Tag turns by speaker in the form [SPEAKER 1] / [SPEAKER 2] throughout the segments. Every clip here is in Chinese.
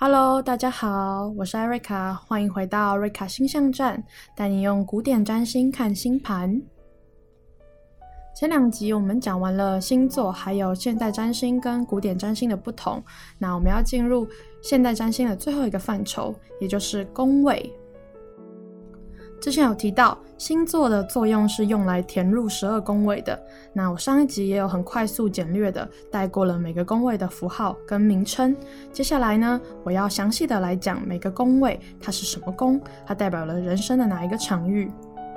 [SPEAKER 1] Hello， 大家好，我是艾瑞卡，欢迎回到瑞卡星象站，带你用古典占星看星盘。前两集我们讲完了星座，还有现代占星跟古典占星的不同。那我们要进入现代占星的最后一个范畴，也就是宫位。之前有提到星座的作用是用来填入12宫位的，那我上一集也有很快速简略的带过了每个宫位的符号跟名称。接下来呢，我要详细的来讲每个宫位它是什么宫，它代表了人生的哪一个场域。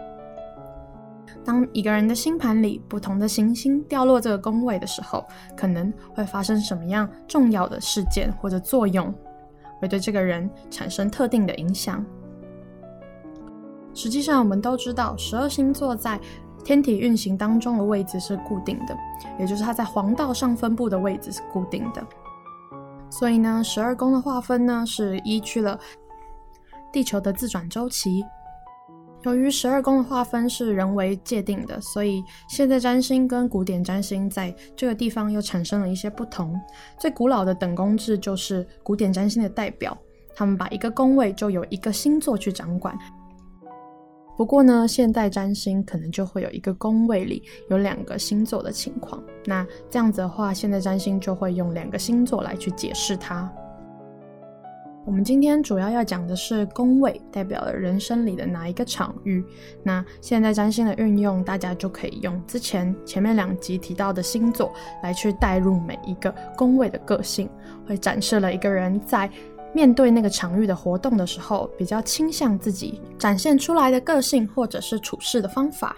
[SPEAKER 1] 当一个人的星盘里不同的行星掉落这个宫位的时候，可能会发生什么样重要的事件或者作用，会对这个人产生特定的影响。实际上我们都知道12星座在天体运行当中的位置是固定的，也就是它在黄道上分布的位置是固定的。所以呢，12宫的划分呢是依据了地球的自转周期。由于12宫的划分是人为界定的，所以现代占星跟古典占星在这个地方又产生了一些不同。最古老的等宫制就是古典占星的代表，他们把一个宫位就由一个星座去掌管。不过呢，现代占星可能就会有一个宫位里有2个星座的情况，那这样子的话，现代占星就会用2个星座来去解释它。我们今天主要讲的是宫位代表了人生里的哪一个场域，那现代占星的运用，大家就可以用前面2集提到的星座来去带入每一个宫位的个性，会展示了一个人在面对那个场域的活动的时候，比较倾向自己展现出来的个性或者是处事的方法。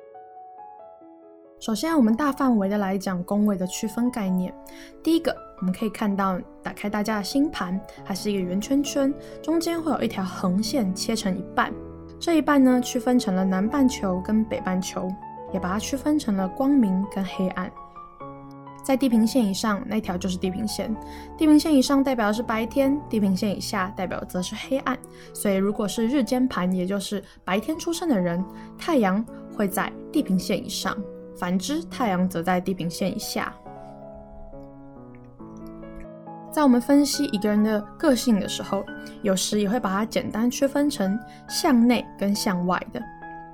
[SPEAKER 1] 首先我们大范围的来讲宫位的区分概念。第一个，我们可以看到打开大家的星盘，它是一个圆圈圈，中间会有一条横线切成一半，这一半呢区分成了南半球跟北半球，也把它区分成了光明跟黑暗。在地平线以上，那条就是地平线，地平线以上代表的是白天，地平线以下代表则是黑暗。所以如果是日间盘，也就是白天出生的人，太阳会在地平线以上，反之太阳则在地平线以下。在我们分析一个人的个性的时候，有时也会把它简单区分成向内跟向外的。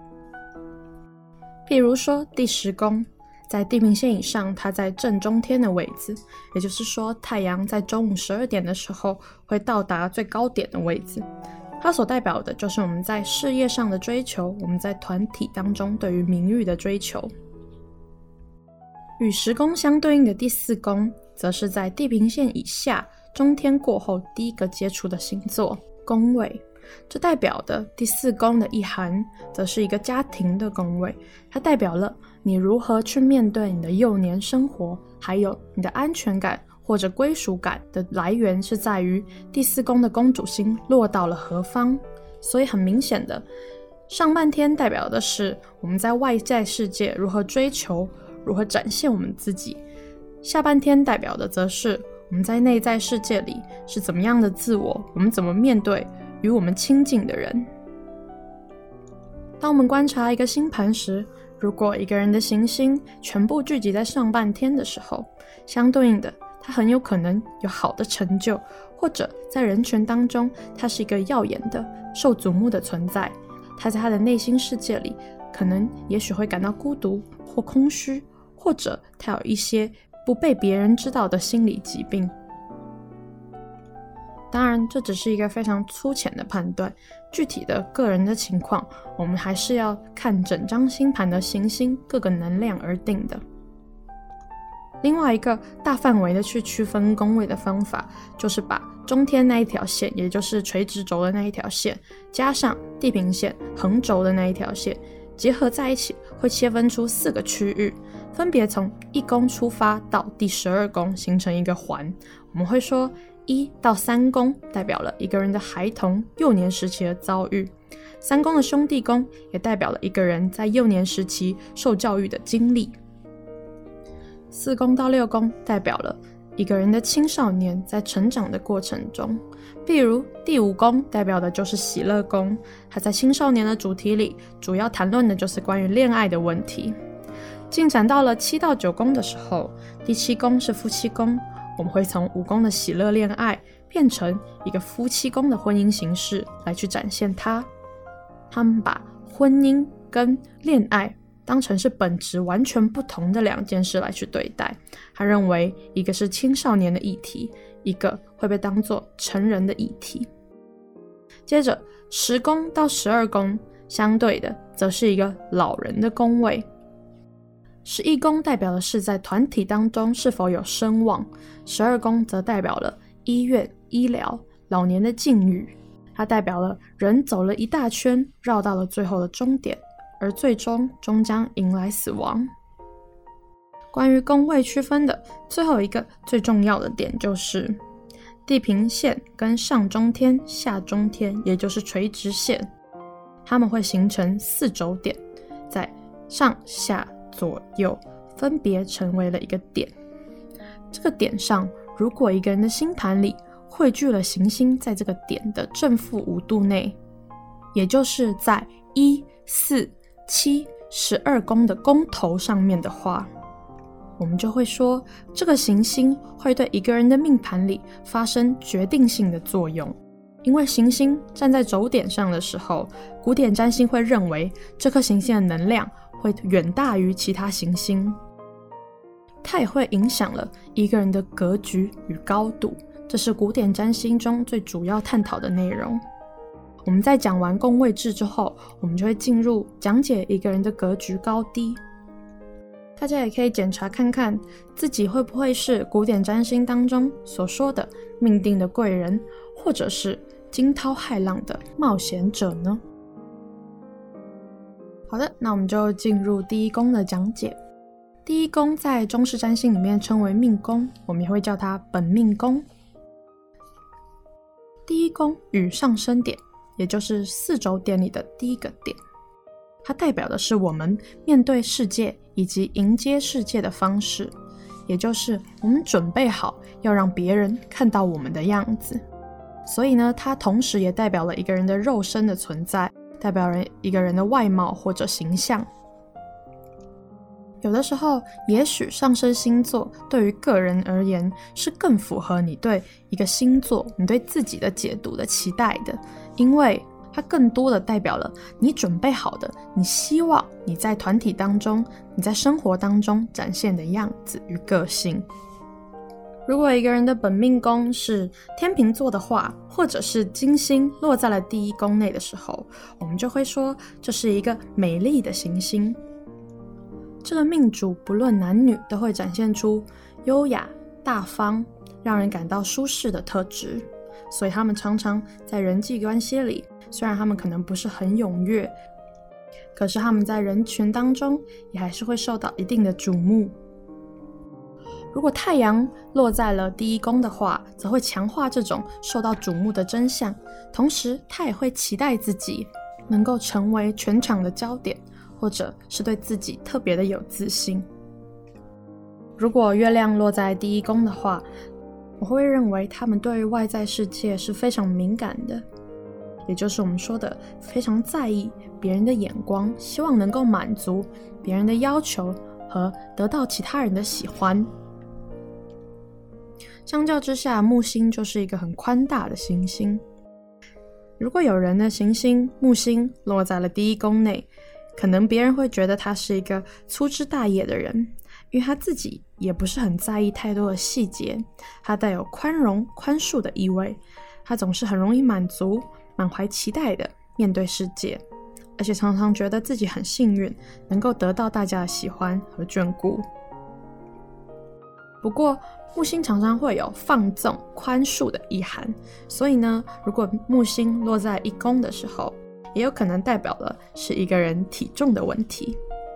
[SPEAKER 1] 譬如说第10宫在地平线以上，它在正中天的位置，也就是说太阳在中午12点的时候会到达最高点的位置。它所代表的就是我们在事业上的追求，我们在团体当中对于名誉的追求。与10宫相对应的第4宫则是在地平线以下，中天过后第一个接触的星座宫位。这代表的第4宫的意涵则是一个家庭的宫位，它代表了你如何去面对你的幼年生活，还有你的安全感或者归属感的来源是在于第4宫的公主星落到了何方。所以很明显的，上半天代表的是我们在外在世界如何追求，如何展现我们自己，下半天代表的则是我们在内在世界里是怎么样的自我，我们怎么面对与我们亲近的人。当我们观察一个星盘时，如果一个人的行星全部聚集在上半天的时候，相对应的他很有可能有好的成就，或者在人群当中他是一个耀眼的受瞩目的存在。他在他的内心世界里可能也许会感到孤独或空虚，或者他有一些不被别人知道的心理疾病。当然这只是一个非常粗浅的判断，具体的个人的情况我们还是要看整张星盘的行星各个能量而定的。另外一个大范围的去区分宫位的方法，就是把中天那一条线，也就是垂直轴的那一条线，加上地平线横轴的那一条线，结合在一起，会切分出4个区域，分别从1宫出发到第12宫形成一个环。我们会说1到3宫代表了一个人的孩童幼年时期的遭遇，3宫的兄弟宫也代表了一个人在幼年时期受教育的经历，4宫到6宫代表了一个人的青少年在成长的过程中。譬如第5宫代表的就是喜乐宫，它在青少年的主题里主要谈论的就是关于恋爱的问题。进展到了7到9宫的时候，第7宫是夫妻宫， 我们会从5宫的喜乐恋爱变成一个夫妻宫的婚姻形式来去展现它。他们把婚姻跟恋爱当成是本质完全不同的2件事来去对待。他认为一个是青少年的议题，一个会被当作成人的议题。接着10宫到12宫相对的则是一个老人的宫位。11宫代表的是在团体当中是否有声望，12宫则代表了医院、医疗、老年的境遇。它代表了人走了一大圈，绕到了最后的终点，而最终终将迎来死亡。关于宫位区分的最后一个最重要的点就是地平线跟上中天、下中天，也就是垂直线，它们会形成4轴点，在上下左右分别成为了一个点。这个点上，如果一个人的星盘里汇聚了行星在这个点的正负5度内，也就是在1、4、7、12宫的宫头上面的话，我们就会说这个行星会对一个人的命盘里发生决定性的作用。因为行星站在轴点上的时候，古典占星会认为这颗行星的能量会远大于其他行星，它也会影响了一个人的格局与高度，这是古典占星中最主要探讨的内容。我们在讲完宫位制之后，我们就会进入讲解一个人的格局高低。大家也可以检查看看自己会不会是古典占星当中所说的命定的贵人，或者是惊涛骇浪的冒险者呢？好的，那我们就进入第1宫的讲解。第1宫在中式占星里面称为命宫，我们也会叫它本命宫。第1宫与上升点，也就是4轴点里的第1个点，它代表的是我们面对世界以及迎接世界的方式，也就是我们准备好要让别人看到我们的样子。所以呢，它同时也代表了一个人的肉身的存在，代表一个人的外貌或者形象。有的时候，也许上升星座对于个人而言是更符合你对一个星座、你对自己的解读的期待的，因为它更多的代表了你准备好的，你希望你在团体当中、你在生活当中展现的样子与个性。如果一个人的本命宫是天秤座的话，或者是金星落在了第1宫内的时候，我们就会说这是一个美丽的行星。这个命主不论男女都会展现出优雅、大方、让人感到舒适的特质，所以他们常常在人际关系里，虽然他们可能不是很踊跃，可是他们在人群当中也还是会受到一定的瞩目。如果太阳落在了第1宫的话，则会强化这种受到瞩目的真相，同时他也会期待自己能够成为全场的焦点，或者是对自己特别的有自信。如果月亮落在第1宫的话，我会认为他们对于外在世界是非常敏感的，也就是我们说的非常在意别人的眼光，希望能够满足别人的要求和得到其他人的喜欢。相较之下，木星就是一个很宽大的行星。如果有人的行星木星落在了第1宫内，可能别人会觉得他是一个粗枝大叶的人，因为他自己也不是很在意太多的细节，他带有宽容宽恕的意味，他总是很容易满足，满怀期待的面对世界，而且常常觉得自己很幸运能够得到大家的喜欢和眷顾。不过木星常常会有放纵宽恕的意涵，所以呢，如果木星落在1宫的时候，也有可能代表的是一个人体重的问题。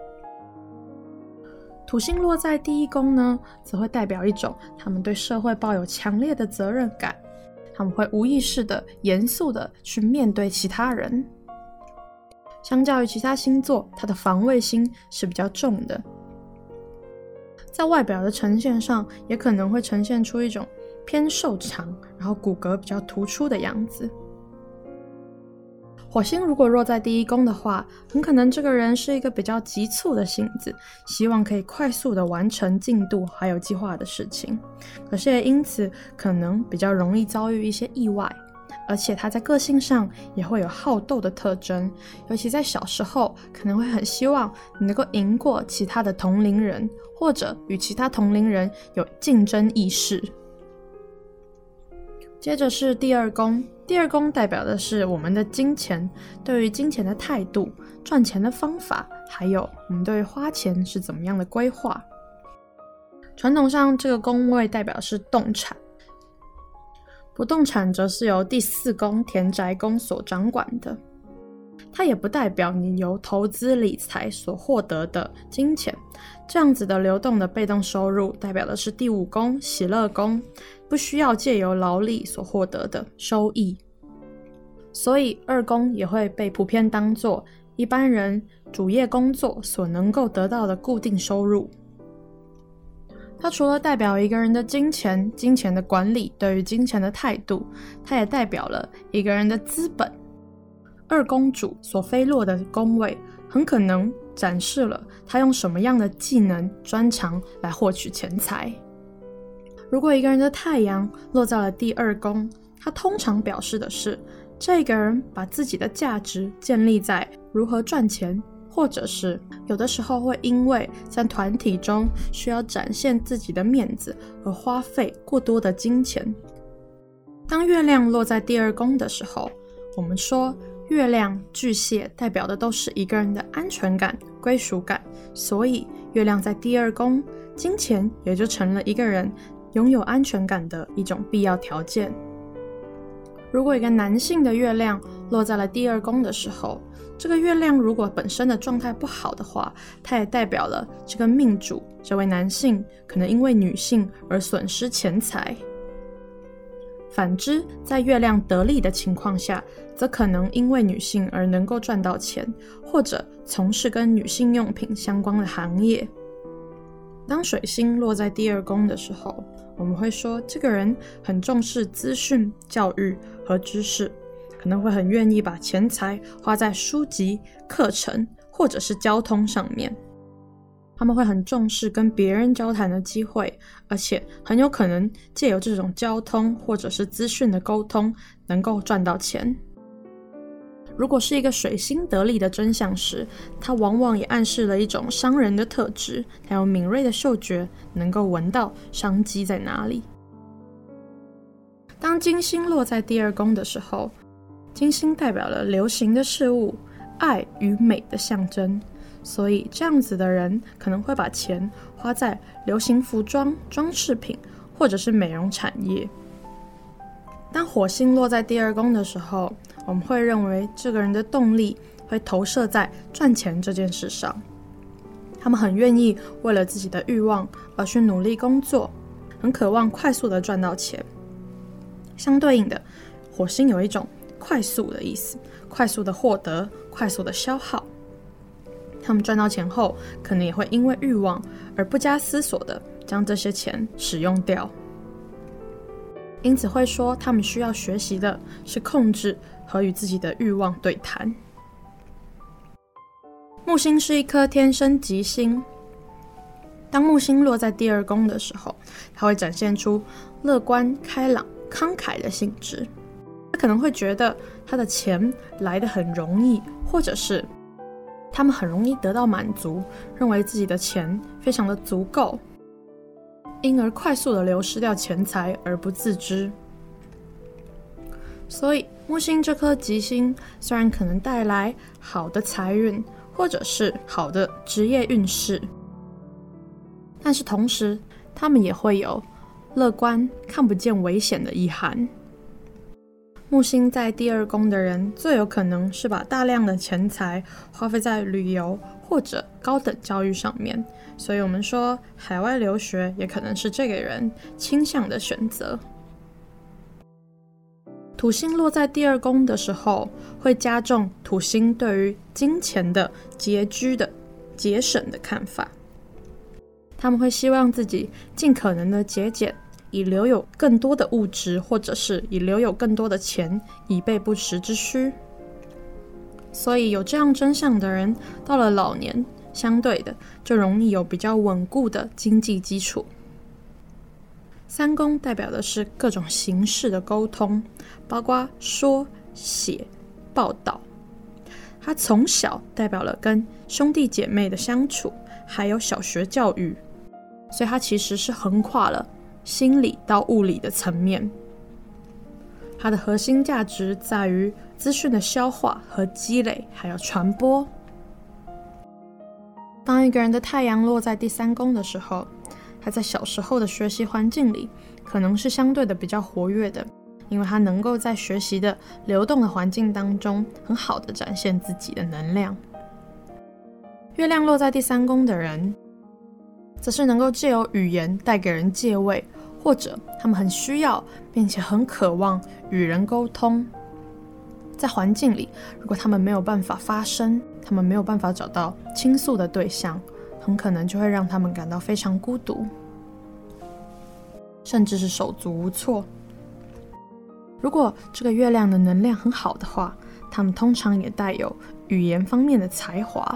[SPEAKER 1] 土星落在第1宫呢，则会代表一种他们对社会抱有强烈的责任感，他们会无意识的严肃的去面对其他人。相较于其他星座，它的防卫心是比较重的，在外表的呈现上也可能会呈现出一种偏瘦长，然后骨骼比较突出的样子。 火星如果落在第一宫的话，很可能这个人是一个比较急促的性子，希望可以快速的完成进度还有计划的事情，可是也因此可能比较容易遭遇一些意外，而且他在个性上也会有好斗的特征，尤其在小时候可能会很希望你能够赢过其他的同龄人，或者与其他同龄人有竞争意识。接着是第二宫，第二宫代表的是我们的金钱，对于金钱的态度、赚钱的方法，还有我们对于花钱是怎么样的规划。传统上这个宫位代表是动产，不动产则是由第四宫田宅宫所掌管的，它也不代表你由投资理财所获得的金钱，这样子的流动的被动收入代表的是第五宫喜乐宫，不需要借由劳力所获得的收益。所以二宫也会被普遍当作一般人主业工作所能够得到的固定收入。它除了代表一个人的金钱的管理，对于金钱的态度，它也代表了一个人的资本。二宫主所飞落的宫位很可能展示了他用什么样的技能专长来获取钱财。如果一个人的太阳落在了第二宫，它通常表示的是这个人把自己的价值建立在如何赚钱，或者是有的时候会因为在团体中需要展现自己的面子而花费过多的金钱。当月亮落在第二宫的时候，我们说月亮巨蟹代表的都是一个人的安全感、归属感，所以月亮在第二宫，金钱也就成了一个人拥有安全感的一种必要条件。如果一个男性的月亮落在了第二宫的时候，这个月亮如果本身的状态不好的话，它也代表了这个命主这位男性可能因为女性而损失钱财。反之，在月亮得力的情况下，则可能因为女性而能够赚到钱，或者从事跟女性用品相关的行业。当水星落在第二宫的时候，我们会说这个人很重视资讯、教育和知识，可能会很愿意把钱财花在书籍、课程或者是交通上面。他们会很重视跟别人交谈的机会，而且很有可能借由这种交通或者是资讯的沟通能够赚到钱。如果是一个水星得力的真相时，它往往也暗示了一种商人的特质，还有敏锐的嗅觉，能够闻到商机在哪里。当金星落在第二宫的时候，金星代表了流行的事物、爱与美的象征，所以这样子的人可能会把钱花在流行服装、装饰品或者是美容产业。当火星落在第二宫的时候，我们会认为这个人的动力会投射在赚钱这件事上，他们很愿意为了自己的欲望而去努力工作，很渴望快速的赚到钱。相对应的，火星有一种快速的意思，快速的获得，快速的消耗。他们赚到钱后，可能也会因为欲望而不加思索的将这些钱使用掉。因此会说他们需要学习的是控制和与自己的欲望对谈。木星是一颗天生吉星，当木星落在第二宫的时候，它会展现出乐观、开朗、慷慨的性质。他可能会觉得他的钱来得很容易，或者是他们很容易得到满足，认为自己的钱非常的足够，因而快速的流失掉钱财而不自知。所以木星这颗吉星虽然可能带来好的财运或者是好的职业运势，但是同时他们也会有乐观、看不见危险的意涵。木星在第二宫的人最有可能是把大量的钱财花费在旅游或者高等教育上面，所以我们说海外留学也可能是这个人倾向的选择。土星落在第二宫的时候，会加重土星对于金钱的拮据的节省的看法。他们会希望自己尽可能的节俭，以留有更多的物质，或者是以留有更多的钱，以备不时之需。 所以有这样真相的人，到了老年，相对的就容易有比较稳固的经济基础。三宫代表的是各种形式的沟通，包括说、写、报道。它从小代表了跟兄弟姐妹的相处，还有小学教育，所以它其实是横跨了心理到物理的层面。它的核心价值在于资讯的消化和积累，还有传播。当一个人的太阳落在第三宫的时候，他在小时候的学习环境里可能是相对的比较活跃的，因为他能够在学习的流动的环境当中很好的展现自己的能量。月亮落在第三宫的人，则是能够借由语言带给人借位，或者他们很需要并且很渴望与人沟通。在环境里，如果他们没有办法发声，他们没有办法找到倾诉的对象，很可能就会让他们感到非常孤独，甚至是手足无措。如果这个月亮的能量很好的话，他们通常也带有语言方面的才华。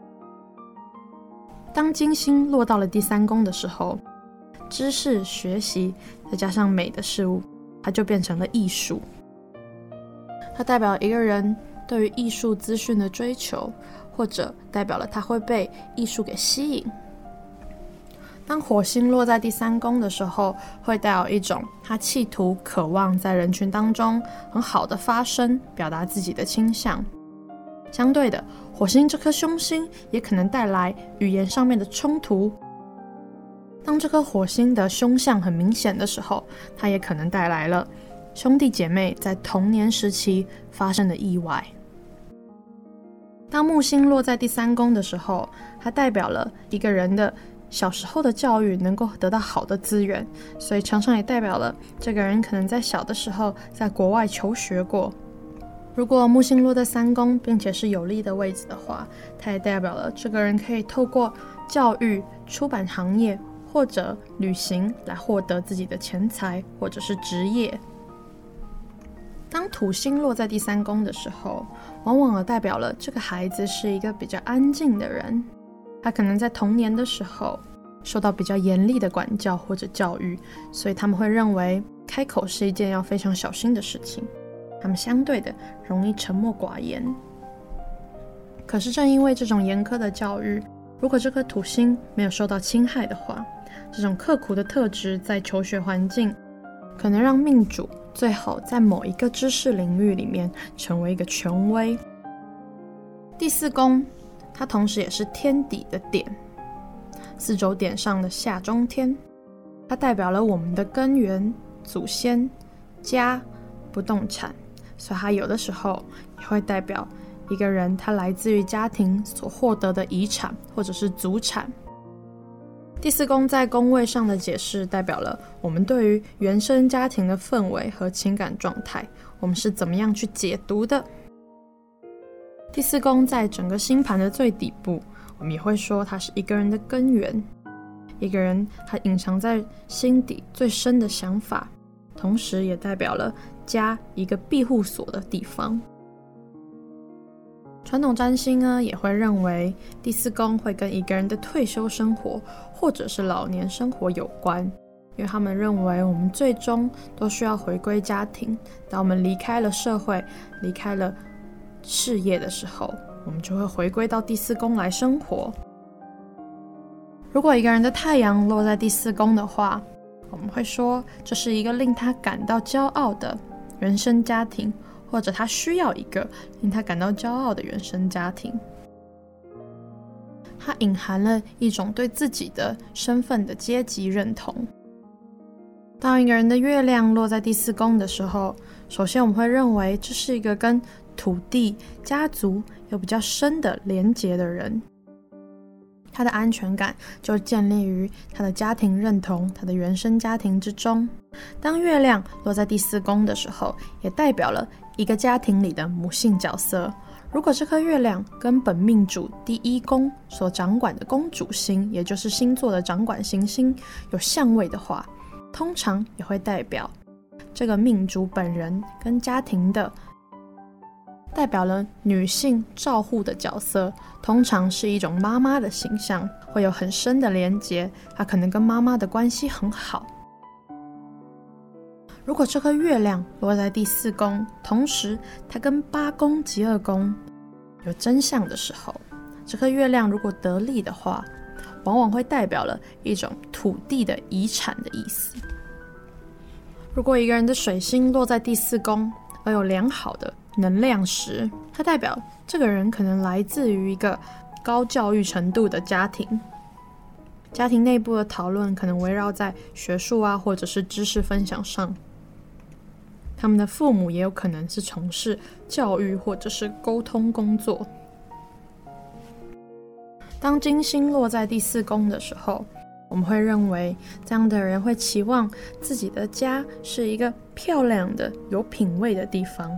[SPEAKER 1] 当金星落到了第三宫的时候，知识、学习再加上美的事物，它就变成了艺术。它代表一个人对于艺术资讯的追求，或者代表了他会被艺术给吸引。当火星落在第三宫的时候，会带有一种他企图渴望在人群当中很好的发声，表达自己的倾向。相对的，火星这颗凶星也可能带来语言上面的冲突。当这颗火星的凶相很明显的时候，它也可能带来了兄弟姐妹在童年时期发生的意外。当木星落在第三宫的时候，它代表了一个人的小时候的教育能够得到好的资源，所以常常也代表了这个人可能在小的时候在国外求学过。如果木星落在三宫并且是有利的位置的话，它也代表了这个人可以透过教育、出版行业或者旅行来获得自己的钱财或者是职业。当土星落在第三宫的时候，往往代表了这个孩子是一个比较安静的人，他可能在童年的时候受到比较严厉的管教或者教育，所以他们会认为开口是一件要非常小心的事情，他们相对的容易沉默寡言。可是正因为这种严苛的教育，如果这颗土星没有受到侵害的话，这种刻苦的特质在求学环境可能让命主最后在某一个知识领域里面成为一个权威。第四宫它同时也是天底的点，四轴点上的下中天，它代表了我们的根源、祖先、家、不动产，所以它有的时候也会代表一个人他来自于家庭所获得的遗产或者是祖产。第四宫在宫位上的解释代表了我们对于原生家庭的氛围和情感状态，我们是怎么样去解读的。第四宫在整个星盘的最底部，我们也会说它是一个人的根源，一个人他隐藏在心底最深的想法，同时也代表了家一个庇护所的地方。传统占星呢，也会认为第四宫会跟一个人的退休生活或者是老年生活有关，因为他们认为我们最终都需要回归家庭，当我们离开了社会，离开了事业的时候，我们就会回归到第四宫来生活。如果一个人的太阳落在第四宫的话，我们会说这是一个令他感到骄傲的原生家庭，或者他需要一个令他感到骄傲的原生家庭。它隐含了一种对自己的身份的阶级认同。当一个人的月亮落在第四宫的时候，首先我们会认为这是一个跟土地、家族有比较深的连结的人，他的安全感就建立于他的家庭认同，他的原生家庭之中。当月亮落在第四宫的时候，也代表了一个家庭里的母性角色。如果这颗月亮跟本命主第一宫所掌管的宫主星，也就是星座的掌管行星有相位的话，通常也会代表这个命主本人跟家庭的代表了女性照护的角色，通常是一种妈妈的形象，会有很深的连结，她可能跟妈妈的关系很好。如果这颗月亮落在第4宫，同时它跟8宫及2宫有真相的时候，这颗月亮如果得力的话，往往会代表了一种土地的遗产的意思。如果一个人的水星落在第4宫，而有良好的能量时，它代表这个人可能来自于一个高教育程度的家庭，家庭内部的讨论可能围绕在学术啊，或者是知识分享上。他们的父母也有可能是从事教育或者是沟通工作。当金星落在第4宫的时候，我们会认为这样的人会期望自己的家是一个漂亮的、有品味的地方。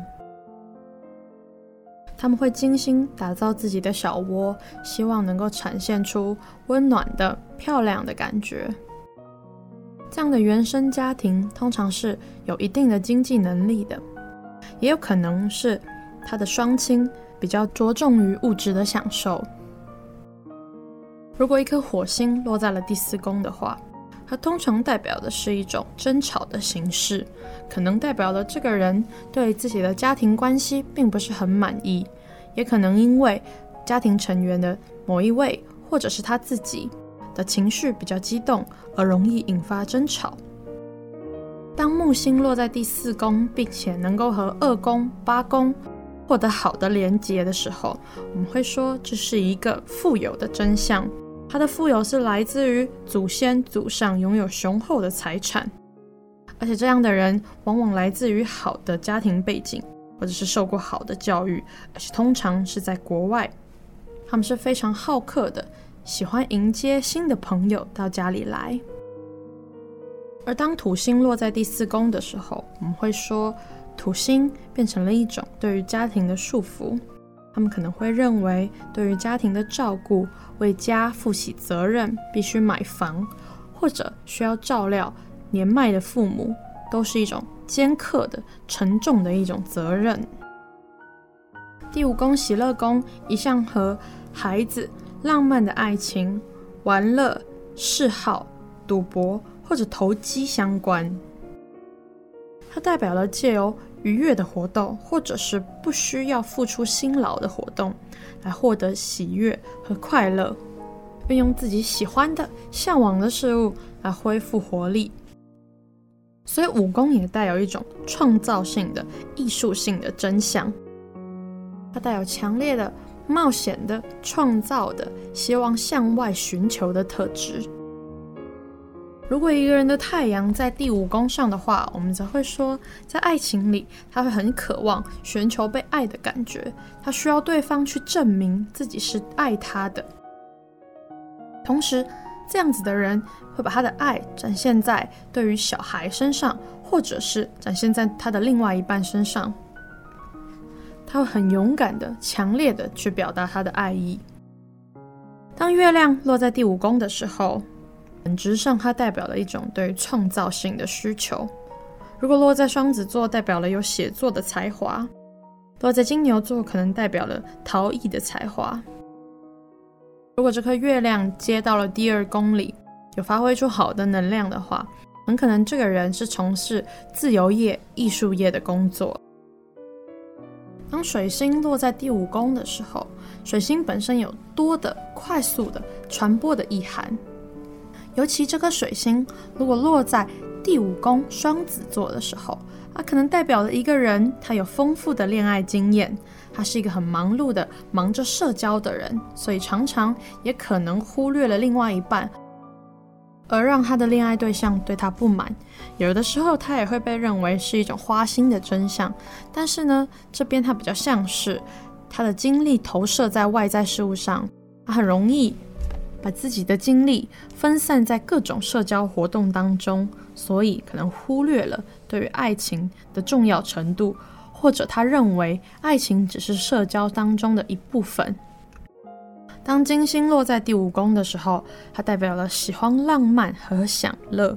[SPEAKER 1] 他们会精心打造自己的小窝，希望能够展现出温暖的、漂亮的感觉。这样的原生家庭通常是有一定的经济能力的，也有可能是他的双亲比较着重于物质的享受。如果一颗火星落在了第4宫的话，它通常代表的是一种争吵的形式，可能代表了这个人对自己的家庭关系并不是很满意，也可能因为家庭成员的某一位或者是他自己的情绪比较激动，而容易引发争吵。当木星落在第4宫，并且能够和2宫、8宫获得好的连结的时候，我们会说这是一个富有的真相。它的富有是来自于祖先、祖上拥有雄厚的财产，而且这样的人往往来自于好的家庭背景，或者是受过好的教育，而且通常是在国外。他们是非常好客的，喜欢迎接新的朋友到家里来。而当土星落在第4宫的时候，我们会说土星变成了一种对于家庭的束缚。他们可能会认为对于家庭的照顾，为家负起责任，必须买房，或者需要照料年迈的父母，都是一种艰刻的、沉重的一种责任。第5宫喜乐宫一向和孩子、浪漫的爱情、玩乐、嗜好、赌博或者投机相关。它代表了借由愉悦的活动，或者是不需要付出辛劳的活动，来获得喜悦和快乐，运用自己喜欢的、向往的事物来恢复活力。所以5宫也带有一种创造性的、艺术性的真相，它带有强烈的、冒险的、创造的、希望向外寻求的特质。如果一个人的太阳在第5宫上的话，我们则会说，在爱情里，他会很渴望寻求被爱的感觉，他需要对方去证明自己是爱他的。同时，这样子的人会把他的爱展现在对于小孩身上，或者是展现在他的另外一半身上。他会很勇敢的、强烈的去表达他的爱意。当月亮落在第5宫的时候，本质上它代表了一种对创造性的需求。如果落在双子座，代表了有写作的才华；落在金牛座，可能代表了陶艺的才华。如果这颗月亮接到了第2宫里，有发挥出好的能量的话，很可能这个人是从事自由业、艺术业的工作。当水星落在第5宫的时候，水星本身有多的、快速的传播的意涵。尤其这颗水星如果落在第5宫双子座的时候，它可能代表了一个人他有丰富的恋爱经验，他是一个很忙碌的、忙着社交的人，所以常常也可能忽略了另外一半，而让他的恋爱对象对他不满。有的时候他也会被认为是一种花心的真相，但是呢，这边他比较像是他的精力投射在外在事物上，他很容易把自己的精力分散在各种社交活动当中，所以可能忽略了对于爱情的重要程度，或者他认为爱情只是社交当中的一部分。当金星落在第5宫的时候，它代表了喜欢浪漫和享乐，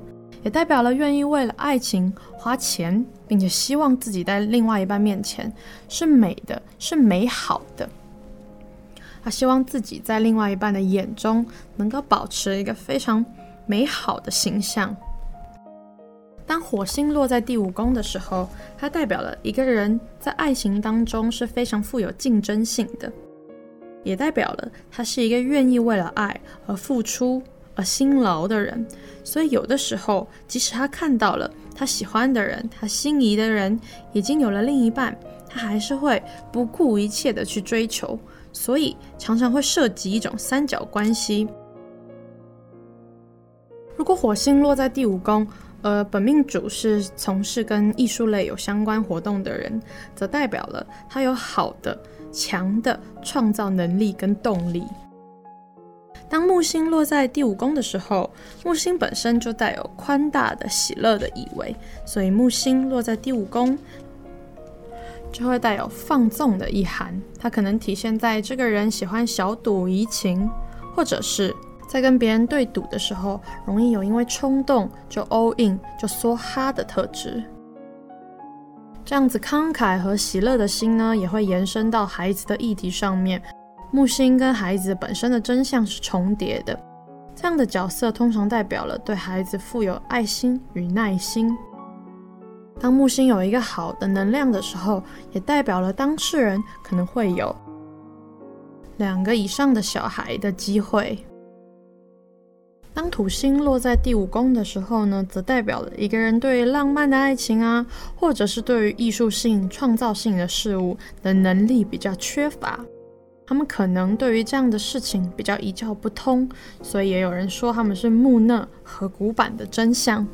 [SPEAKER 1] 也代表了愿意为了爱情花钱，并且希望自己在另外一半面前是美的，是美好的。他希望自己在另外一半的眼中能够保持一个非常美好的形象。当火星落在第5宫的时候，它代表了一个人在爱情当中是非常富有竞争性的，也代表了他是一个愿意为了爱而付出而辛劳的人。所以有的时候，即使他看到了他喜欢的人，他心仪的人已经有了另一半，他还是会不顾一切的去追求，所以常常会涉及一种三角关系。如果火星落在第5宫，本命主是从事跟艺术类有相关活动的人，则代表了他有好的、强的创造能力跟动力。当木星落在第5宫的时候，木星本身就带有宽大的、喜乐的意味，所以木星落在第5宫就会带有放纵的意涵。它可能体现在这个人喜欢小赌怡情，或者是在跟别人对赌的时候，容易有因为冲动就 all in 就梭哈的特质。这样子慷慨和喜乐的心呢，也会延伸到孩子的议题上面。木星跟孩子本身的真相是重叠的，这样的角色通常代表了对孩子富有爱心与耐心。当木星有一个好的能量的时候，也代表了当事人可能会有2个以上的小孩的机会。当土星落在第5宫的时候呢，则代表了一个人对于浪漫的爱情啊，或者是对于艺术性、创造性的事物的能力比较缺乏。他们可能对于这样的事情比较一窍不通，所以也有人说他们是木讷和古板的真相。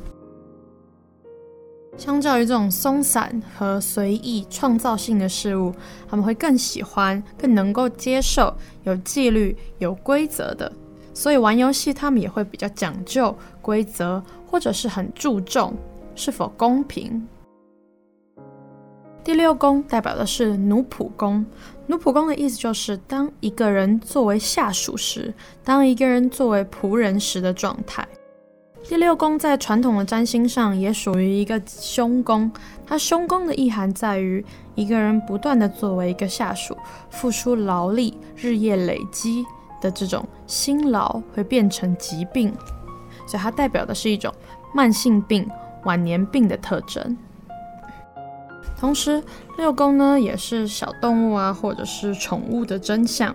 [SPEAKER 1] 相较于这种松散和随意创造性的事物，他们会更喜欢、更能够接受有纪律、有规则的。所以玩游戏他们也会比较讲究规则，或者是很注重是否公平。第6宫代表的是奴仆宫，奴仆宫的意思就是当一个人作为下属时，当一个人作为仆人时的状态。第6宫在传统的占星上也属于一个凶宫，它凶宫的意涵在于一个人不断的作为一个下属，付出劳力，日夜累积的这种辛劳会变成疾病，所以它代表的是一种慢性病、晚年病的特征。同时6宫呢也是小动物啊或者是宠物的真相。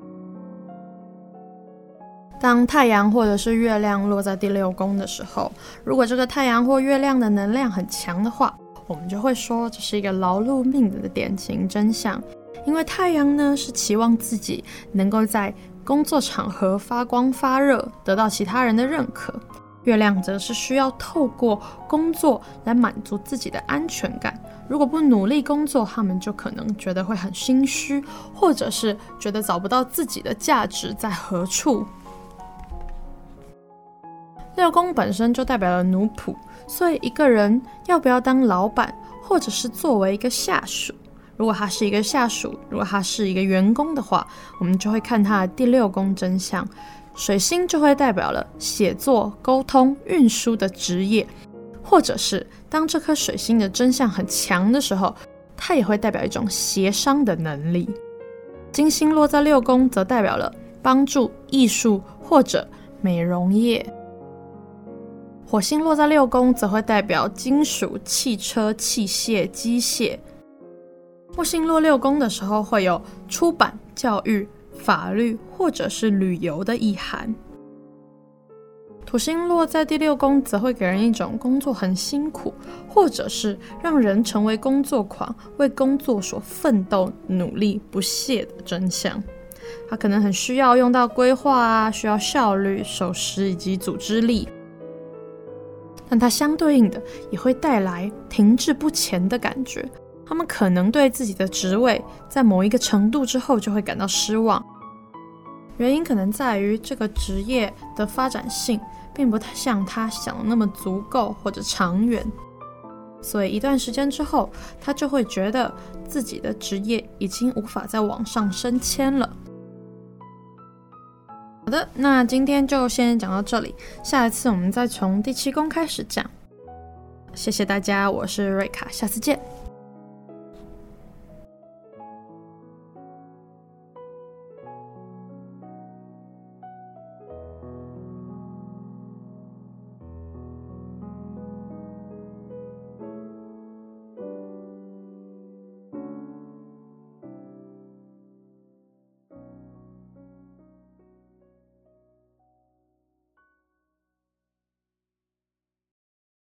[SPEAKER 1] 当太阳或者是月亮落在第6宫的时候，如果这个太阳或月亮的能量很强的话，我们就会说这是一个劳碌命的典型真相。因为太阳呢是期望自己能够在工作场合发光发热，得到其他人的认可，月亮则是需要透过工作来满足自己的安全感。如果不努力工作，他们就可能觉得会很心虚，或者是觉得找不到自己的价值在何处。6宫本身就代表了奴仆，所以一个人要不要当老板，或者是作为一个下属，如果他是一个下属，如果他是一个员工的话，我们就会看他的第6宫真相。水星就会代表了写作、沟通、运输的职业，或者是当这颗水星的真相很强的时候，它也会代表一种协商的能力。金星落在6宫则代表了帮助艺术或者美容业。火星落在6宫则会代表金属、汽车、器械、机械。木星落6宫的时候会有出版、教育、法律或者是旅游的意涵。土星落在第6宫则会给人一种工作很辛苦，或者是让人成为工作狂，为工作所奋斗、努力不懈的真相。它可能很需要用到规划啊，需要效率、守时以及组织力，但它相对应的也会带来停滞不前的感觉。他们可能对自己的职位在某一个程度之后就会感到失望，原因可能在于这个职业的发展性并不像他想的那么足够或者长远，所以一段时间之后，他就会觉得自己的职业已经无法再往上升迁了。 好的，那今天就先讲到这里，下一次我们再从第7宫开始讲。谢谢大家，我是瑞卡，下次见。